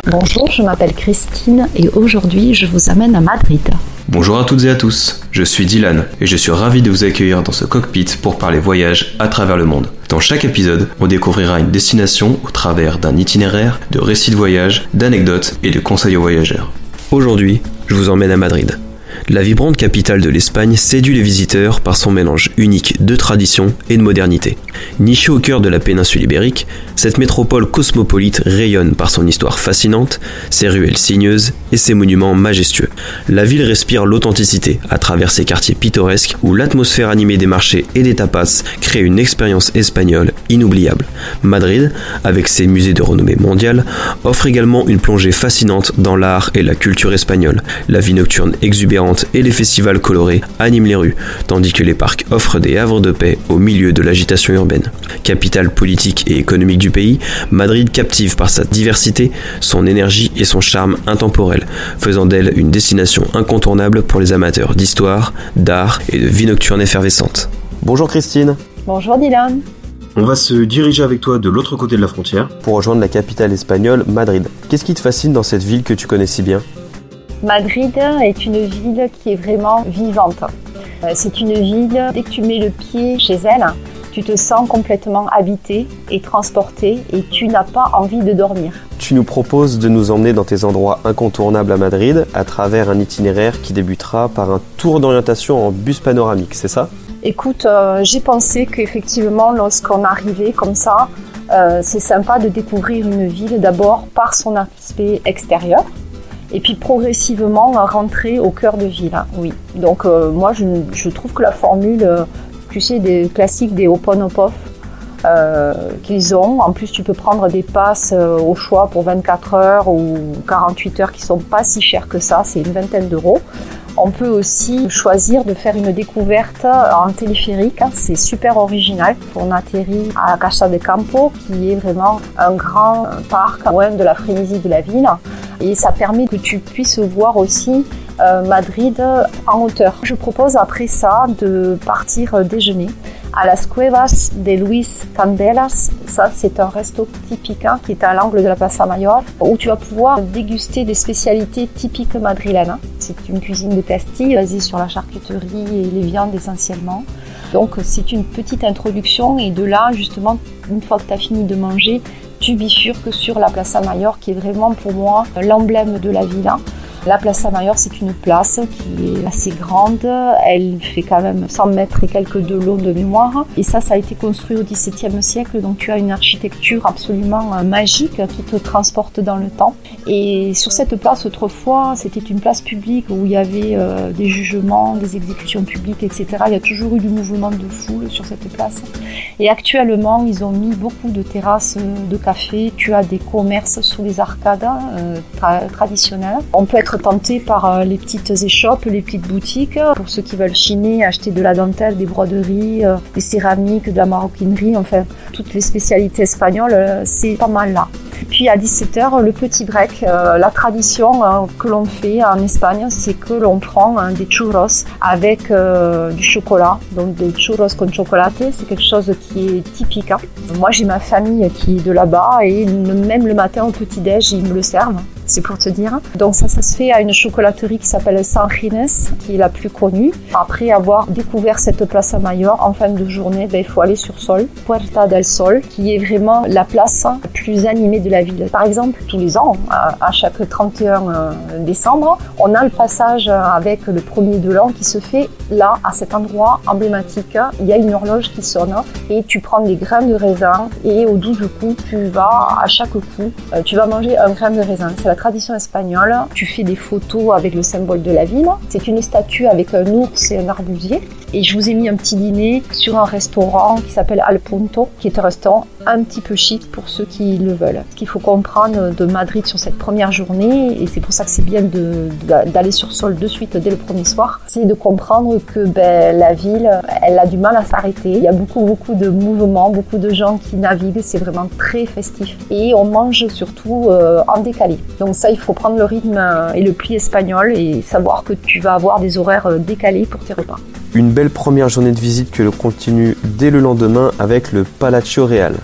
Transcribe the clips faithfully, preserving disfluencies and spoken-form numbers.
Bonjour, je m'appelle Christine et aujourd'hui je vous amène à Madrid. Bonjour à toutes et à tous, je suis Dylan et je suis ravi de vous accueillir dans ce cockpit pour parler voyage à travers le monde. Dans chaque épisode, on découvrira une destination au travers d'un itinéraire, de récits de voyage, d'anecdotes et de conseils aux voyageurs. Aujourd'hui, je vous emmène à Madrid. La vibrante capitale de l'Espagne séduit les visiteurs par son mélange unique de tradition et de modernité. Nichée au cœur de la péninsule ibérique, cette métropole cosmopolite rayonne par son histoire fascinante, ses ruelles sinueuses et ses monuments majestueux. La ville respire l'authenticité à travers ses quartiers pittoresques où l'atmosphère animée des marchés et des tapas crée une expérience espagnole inoubliable. Madrid, avec ses musées de renommée mondiale, offre également une plongée fascinante dans l'art et la culture espagnole. La vie nocturne exubérante et les festivals colorés animent les rues, tandis que les parcs offrent des havres de paix au milieu de l'agitation urbaine. Capitale politique et économique du pays, Madrid captive par sa diversité, son énergie et son charme intemporel, faisant d'elle une destination incontournable pour les amateurs d'histoire, d'art et de vie nocturne effervescente. Bonjour Christine. Bonjour Dylan. On va se diriger avec toi de l'autre côté de la frontière pour rejoindre la capitale espagnole, Madrid. Qu'est-ce qui te fascine dans cette ville que tu connais si bien ? Madrid est une ville qui est vraiment vivante. C'est une ville, dès que tu mets le pied chez elle, tu te sens complètement habité et transporté et tu n'as pas envie de dormir. Tu nous proposes de nous emmener dans tes endroits incontournables à Madrid à travers un itinéraire qui débutera par un tour d'orientation en bus panoramique, c'est ça ? Écoute, euh, j'ai pensé qu'effectivement, lorsqu'on arrivait comme ça, euh, c'est sympa de découvrir une ville d'abord par son aspect extérieur. Et puis progressivement rentrer au cœur de ville, hein, oui. Donc euh, moi je, je trouve que la formule, euh, tu sais, des classiques des Open-Op-Off euh, qu'ils ont, en plus tu peux prendre des passes euh, au choix pour vingt-quatre heures ou quarante-huit heures qui sont pas si chères que ça, c'est une vingtaine d'euros. On peut aussi choisir de faire une découverte en téléphérique, hein, c'est super original. On atterrit à Casa de Campo, qui est vraiment un grand parc loin de la frénésie de la ville. Et ça permet que tu puisses voir aussi euh, Madrid en hauteur. Je propose après ça de partir déjeuner à las Cuevas de Luis Candelas. Ça, c'est un resto typique hein, qui est à l'angle de la Plaza Mayor, où tu vas pouvoir déguster des spécialités typiques madrilènes. C'est une cuisine de Castille basée sur la charcuterie et les viandes essentiellement. Donc, c'est une petite introduction et de là, justement, une fois que tu as fini de manger, tu bifurques sur la Plaza Mayor qui est vraiment pour moi l'emblème de la ville. La Plaza Mayor, c'est une place qui est assez grande, elle fait quand même cent mètres et quelques de long de mémoire. Et ça, ça a été construit au dix-septième siècle, donc tu as une architecture absolument magique qui te transporte dans le temps. Et sur cette place, autrefois, c'était une place publique où il y avait euh, des jugements, des exécutions publiques, et cetera. Il y a toujours eu du mouvement de foule sur cette place. Et actuellement, ils ont mis beaucoup de terrasses de café, tu as des commerces sous les arcades euh, tra- traditionnels. On peut être tenté par les petites échoppes, les petites boutiques, pour ceux qui veulent chiner, acheter de la dentelle, des broderies, des céramiques, de la maroquinerie, enfin toutes les spécialités espagnoles, c'est pas mal là. Puis à dix-sept heures, le petit break, euh, la tradition euh, que l'on fait en Espagne, c'est que l'on prend hein, des churros avec euh, du chocolat, donc des churros con chocolate, c'est quelque chose qui est typique. Hein. Moi j'ai ma famille qui est de là-bas et même le matin au petit-déj, ils me le servent. C'est pour te dire. Donc ça, ça se fait à une chocolaterie qui s'appelle San Ginés, qui est la plus connue. Après avoir découvert cette Plaza Mayor, en fin de journée, ben, il faut aller sur Sol, Puerta del Sol, qui est vraiment la place la plus animée de la ville. Par exemple, tous les ans, à chaque trente et un décembre, on a le passage avec le premier de l'an qui se fait là, à cet endroit emblématique. Il y a une horloge qui sonne et tu prends des grains de raisin et au douze coups, tu vas, à chaque coup, tu vas manger un grain de raisin. C'est la tradition espagnole. Tu fais des photos avec le symbole de la ville. C'est une statue avec un ours et un arbusier. Et je vous ai mis un petit dîner sur un restaurant qui s'appelle Al Punto, qui est un restaurant un petit peu chic pour ceux qui le veulent. Ce qu'il faut comprendre de Madrid sur cette première journée, et c'est pour ça que c'est bien de, de, d'aller sur Sol de suite dès le premier soir, c'est de comprendre que ben, la ville, elle a du mal à s'arrêter. Il y a beaucoup, beaucoup de mouvements, beaucoup de gens qui naviguent, c'est vraiment très festif. Et on mange surtout euh, en décalé. Donc ça, il faut prendre le rythme et le pli espagnol et savoir que tu vas avoir des horaires décalés pour tes repas. Une belle première journée de visite que l'on continue dès le lendemain avec le Palacio Real.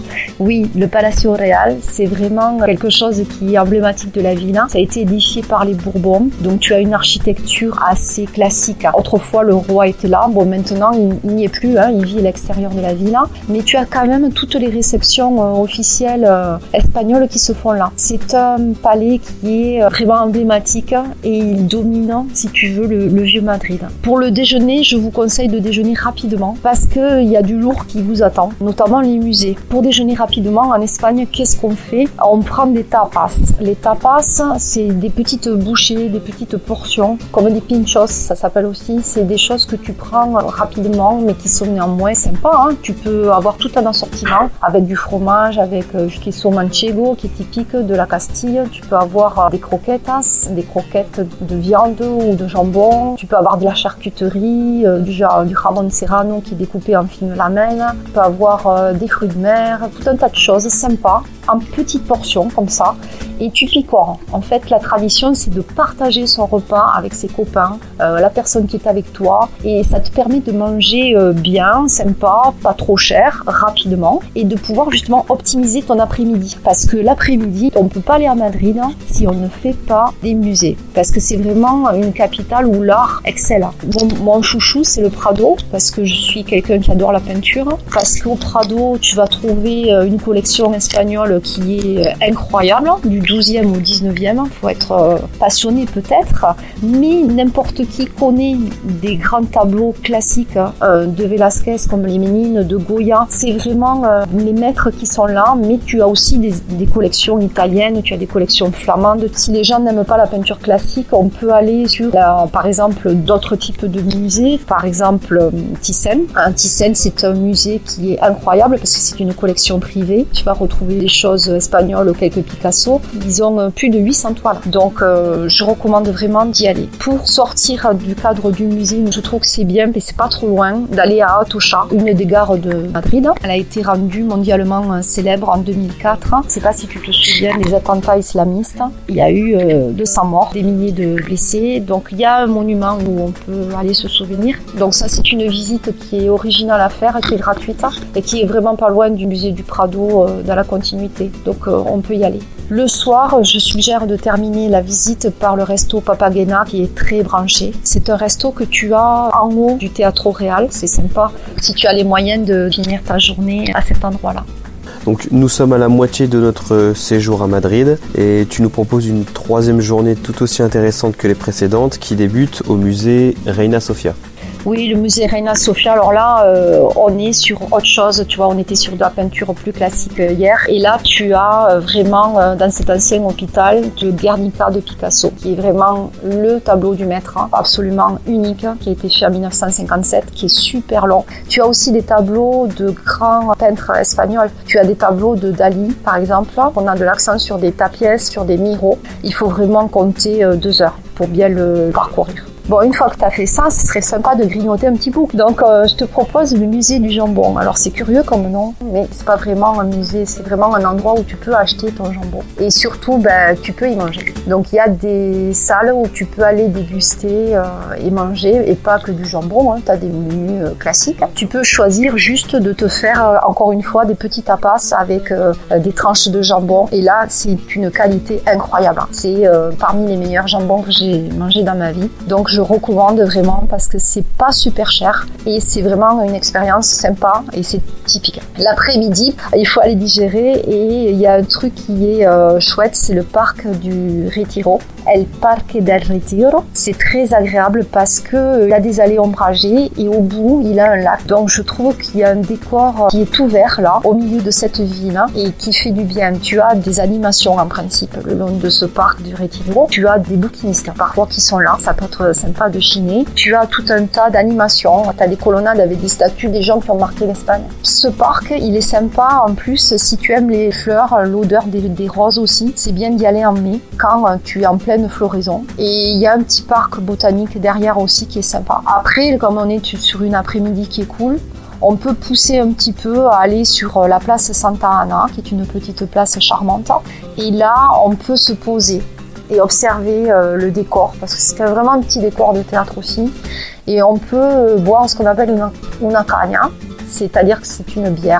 Oui, le Palacio Real, c'est vraiment quelque chose qui est emblématique de la villa. Ça a été édifié par les Bourbons, donc tu as une architecture assez classique. Autrefois, le roi était là. Bon, maintenant, il n'y est plus, hein, il vit à l'extérieur de la villa. Mais tu as quand même toutes les réceptions euh, officielles euh, espagnoles qui se font là. C'est un palais qui est vraiment emblématique et il domine, si tu veux, le, le vieux Madrid. Pour le déjeuner, je vous conseille de déjeuner rapidement parce qu'il y a du lourd qui vous attend, notamment les musées. Pour déjeuner rapidement, en Espagne, qu'est-ce qu'on fait? On prend des tapas. Les tapas, c'est des petites bouchées, des petites portions, comme des pinchos, ça s'appelle aussi. C'est des choses que tu prends rapidement, mais qui sont néanmoins sympas. Hein. Tu peux avoir tout un assortiment avec du fromage, avec euh, du queso manchego, qui est typique de la Castille. Tu peux avoir euh, des croquetas, des croquettes de viande ou de jambon. Tu peux avoir de la charcuterie, euh, du, genre, du jamon serrano qui est découpé en fines lamelles. Tu peux avoir euh, des fruits de mer, tout un tas de choses sympas, en petites portions comme ça. Et tu picores. En fait, la tradition, c'est de partager son repas avec ses copains, euh, la personne qui est avec toi. Et ça te permet de manger euh, bien, sympa, pas trop cher, rapidement. Et de pouvoir justement optimiser ton après-midi. Parce que l'après-midi, on ne peut pas aller à Madrid hein, si on ne fait pas des musées. Parce que c'est vraiment une capitale où l'art excelle. Bon, mon chouchou, c'est le Prado. Parce que je suis quelqu'un qui adore la peinture. Parce qu'au Prado, tu vas trouver une collection espagnole qui est incroyable, du douzième au dix-neuvième, il faut être euh, passionné peut-être, mais n'importe qui connaît des grands tableaux classiques euh, de Velázquez comme les Ménines, de Goya. C'est vraiment euh, les maîtres qui sont là, mais tu as aussi des, des collections italiennes, tu as des collections flamandes. Si les gens n'aiment pas la peinture classique, on peut aller sur, la, par exemple, d'autres types de musées, par exemple euh, Thyssen. Un Thyssen, c'est un musée qui est incroyable parce que c'est une collection privée. Tu vas retrouver des choses espagnoles, quelques Picasso. Ils ont plus de huit cents toiles. Donc, euh, je recommande vraiment d'y aller. Pour sortir du cadre du musée, je trouve que c'est bien, mais c'est pas trop loin, d'aller à Atocha, une des gares de Madrid. Elle a été rendue mondialement célèbre en deux mille quatre. Je sais pas si tu te souviens des attentats islamistes. Il y a eu euh, deux cents morts, des milliers de blessés. Donc, il y a un monument où on peut aller se souvenir. Donc, ça, c'est une visite qui est originale à faire, qui est gratuite et qui est vraiment pas loin du musée du Prado euh, dans la continuité. Donc, euh, on peut y aller. Le soir, je suggère de terminer la visite par le resto Papagena qui est très branché. C'est un resto que tu as en haut du Teatro Real. C'est sympa si tu as les moyens de finir ta journée à cet endroit-là. Donc nous sommes à la moitié de notre séjour à Madrid et tu nous proposes une troisième journée tout aussi intéressante que les précédentes qui débute au musée Reina Sofia. Oui, le musée Reina Sofia, alors là, euh, on est sur autre chose, tu vois, on était sur de la peinture plus classique hier, et là, tu as euh, vraiment, euh, dans cet ancien hôpital, le Guernica de Picasso, qui est vraiment le tableau du maître, hein, absolument unique, qui a été fait en dix-neuf cent cinquante-sept, qui est super long. Tu as aussi des tableaux de grands peintres espagnols. Tu as des tableaux de Dali, par exemple, on a de l'accent sur des tapies, sur des miros. Il faut vraiment compter euh, deux heures pour bien le parcourir. Bon, une fois que tu as fait ça, ce serait sympa de grignoter un petit bout. Donc, euh, je te propose le musée du jambon. Alors, c'est curieux comme nom, mais c'est pas vraiment un musée. C'est vraiment un endroit où tu peux acheter ton jambon. Et surtout, ben, tu peux y manger. Donc, il y a des salles où tu peux aller déguster euh, et manger, et pas que du jambon. Hein. Tu as des menus euh, classiques. Tu peux choisir juste de te faire, euh, encore une fois, des petits tapas avec euh, des tranches de jambon. Et là, c'est une qualité incroyable. C'est euh, parmi les meilleurs jambons que j'ai mangé dans ma vie. Donc, je Je recommande vraiment parce que c'est pas super cher et c'est vraiment une expérience sympa et c'est typique. L'après-midi, il faut aller digérer et il y a un truc qui est euh, chouette, c'est le parc du Retiro. El Parque del Retiro. C'est très agréable parce que euh, il y a des allées ombragées et au bout, il a un lac. Donc je trouve qu'il y a un décor qui est ouvert là, au milieu de cette ville hein, et qui fait du bien. Tu as des animations en principe le long de ce parc du Retiro. Tu as des bouquinistes parfois qui sont là, ça peut être sympa de chiner. Tu as tout un tas d'animations. Tu as des colonnades avec des statues des gens qui ont marqué l'Espagne. Ce parc, il est sympa en plus si tu aimes les fleurs, l'odeur des, des roses aussi. C'est bien d'y aller en mai quand tu es en pleine floraison. Et il y a un petit parc botanique derrière aussi qui est sympa. Après, comme on est sur une après-midi qui est cool, on peut pousser un petit peu à aller sur la place Santa Ana, qui est une petite place charmante. Et là, on peut se poser et observer euh, le décor, parce que c'est vraiment un petit décor de théâtre aussi. Et on peut euh, boire ce qu'on appelle une, una caña, c'est-à-dire que c'est une bière,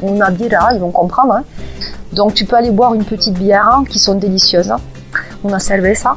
una birra, ils vont comprendre. Hein. Donc tu peux aller boire une petite bière hein, qui sont délicieuses, hein. Una cerveza.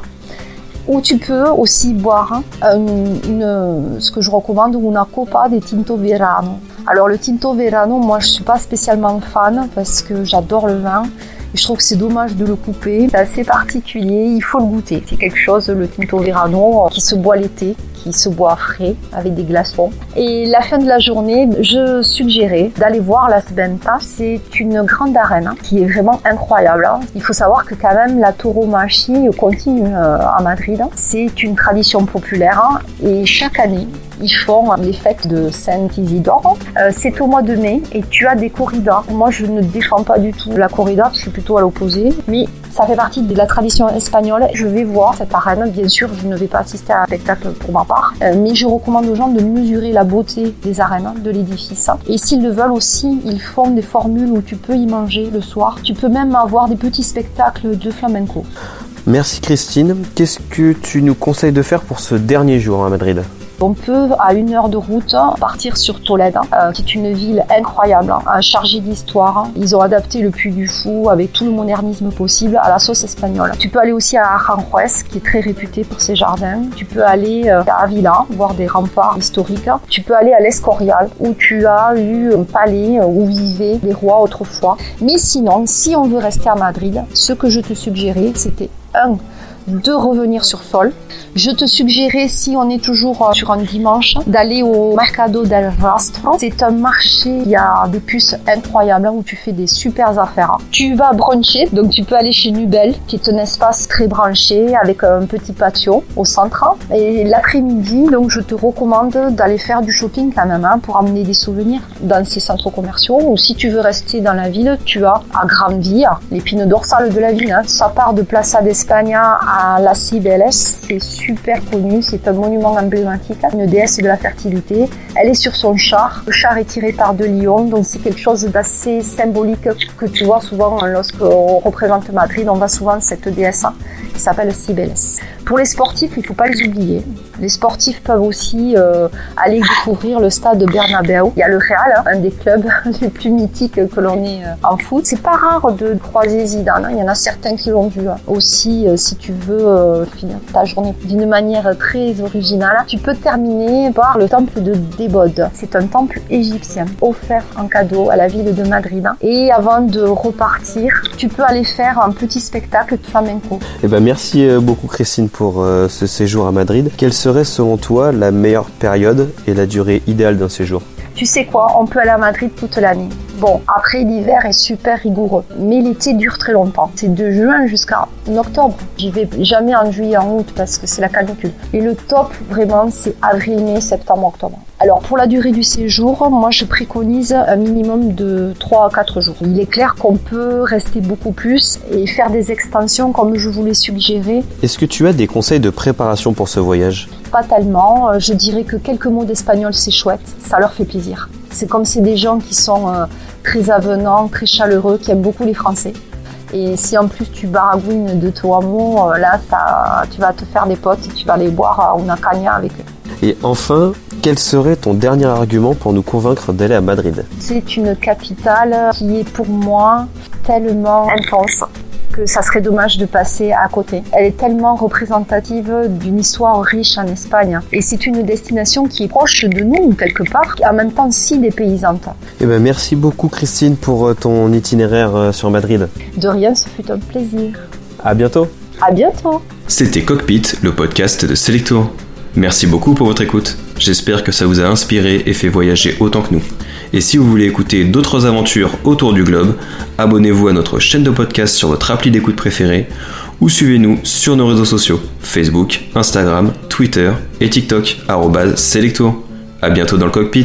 Ou tu peux aussi boire hein, une, une, ce que je recommande, una copa de tinto verano. Alors le tinto verano, moi je suis pas spécialement fan parce que j'adore le vin. Je trouve que c'est dommage de le couper. C'est assez particulier, il faut le goûter. C'est quelque chose, le tinto verano, qui se boit l'été, qui se boit frais, avec des glaçons. Et la fin de la journée, je suggérais d'aller voir Las Ventas. C'est une grande arène hein, qui est vraiment incroyable. Hein. Il faut savoir que quand même la tauromachie continue euh, à Madrid. C'est une tradition populaire hein, et chaque année, ils font les fêtes de Saint-Isidore. Euh, c'est au mois de mai et tu as des corridas. Moi, je ne défends pas du tout la corrida, je suis plutôt à l'opposé. Mais ça fait partie de la tradition espagnole. Je vais voir cette arène. Bien sûr, je ne vais pas assister à un spectacle pour ma part. Euh, mais je recommande aux gens de mesurer la beauté des arènes, de l'édifice. Et s'ils le veulent aussi, ils font des formules où tu peux y manger le soir. Tu peux même avoir des petits spectacles de flamenco. Merci Christine. Qu'est-ce que tu nous conseilles de faire pour ce dernier jour à Madrid ? On peut, à une heure de route, partir sur Tolède, euh, qui est une ville incroyable, hein, chargée d'histoire. Ils ont adapté le Puy du Fou avec tout le modernisme possible à la sauce espagnole. Tu peux aller aussi à Aranjuez, qui est très réputé pour ses jardins. Tu peux aller euh, à Avila, voir des remparts historiques. Tu peux aller à l'Escorial, où tu as eu un palais où vivaient les rois autrefois. Mais sinon, si on veut rester à Madrid, ce que je te suggérais, c'était un... de revenir sur Sol. Je te suggérais, si on est toujours sur un dimanche, d'aller au Mercado del Rastro. C'est un marché, il y a des puces incroyables où tu fais des super affaires. Tu vas bruncher, donc tu peux aller chez Nubel, qui est un espace très branché avec un petit patio au centre. Et l'après-midi, donc je te recommande d'aller faire du shopping quand même hein, pour amener des souvenirs dans ces centres commerciaux. Ou si tu veux rester dans la ville, tu as à Gran Via l'épine dorsale de la ville. Hein. Ça part de Plaza d'España à La Cibeles, c'est super connu, c'est un monument emblématique, une déesse de la fertilité. Elle est sur son char, le char est tiré par deux lions, donc c'est quelque chose d'assez symbolique que tu vois souvent lorsqu'on représente Madrid, on voit souvent cette déesse qui s'appelle Cibeles. Pour les sportifs, il ne faut pas les oublier. Les sportifs peuvent aussi euh, aller découvrir le stade Bernabéu. Il y a le Real, hein, un des clubs les plus mythiques que l'on ait euh, en foot. C'est pas rare de croiser Zidane, hein. Il y en a certains qui l'ont vu. Hein. Aussi, euh, si tu veux euh, finir ta journée d'une manière très originale, tu peux terminer par le temple de Débode. C'est un temple égyptien offert en cadeau à la ville de Madrid. Et avant de repartir, tu peux aller faire un petit spectacle de flamenco. Eh ben, merci beaucoup Christine pour euh, ce séjour à Madrid. Quelle serait selon toi la meilleure période et la durée idéale d'un séjour ? Tu sais quoi, on peut aller à Madrid toute l'année. Bon, après l'hiver est super rigoureux, mais l'été dure très longtemps. C'est de juin jusqu'à octobre. J'y vais jamais en juillet, en août parce que c'est la canicule. Et le top, vraiment, c'est avril, mai, septembre, octobre. Alors, pour la durée du séjour, moi, je préconise un minimum de trois à quatre jours. Il est clair qu'on peut rester beaucoup plus et faire des extensions comme je vous l'ai suggéré. Est-ce que tu as des conseils de préparation pour ce voyage ? Pas tellement. Je dirais que quelques mots d'espagnol, c'est chouette. Ça leur fait plaisir. C'est comme c'est des gens qui sont euh, très avenants, très chaleureux, qui aiment beaucoup les Français. Et si en plus tu baragouines de toi mots, euh, là, ça, tu vas te faire des potes et tu vas aller boire euh, una caña avec eux. Et enfin, quel serait ton dernier argument pour nous convaincre d'aller à Madrid ? C'est une capitale qui est pour moi tellement intense que ça serait dommage de passer à côté. Elle est tellement représentative d'une histoire riche en Espagne. Et c'est une destination qui est proche de nous, quelque part, en même temps si dépaysante. Eh ben, merci beaucoup Christine pour ton itinéraire sur Madrid. De rien, ce fut un plaisir. À bientôt. À bientôt. C'était Cockpit, le podcast de Selectour. Merci beaucoup pour votre écoute. J'espère que ça vous a inspiré et fait voyager autant que nous. Et si vous voulez écouter d'autres aventures autour du globe, abonnez-vous à notre chaîne de podcast sur votre appli d'écoute préférée ou suivez-nous sur nos réseaux sociaux Facebook, Instagram, Twitter et TikTok arobase Selectour. À bientôt dans le cockpit.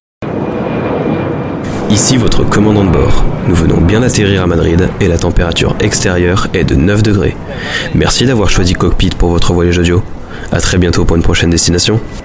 Ici votre commandant de bord. Nous venons bien d'atterrir à Madrid et la température extérieure est de neuf degrés. Merci d'avoir choisi Cockpit pour votre voyage audio. À très bientôt pour une prochaine destination.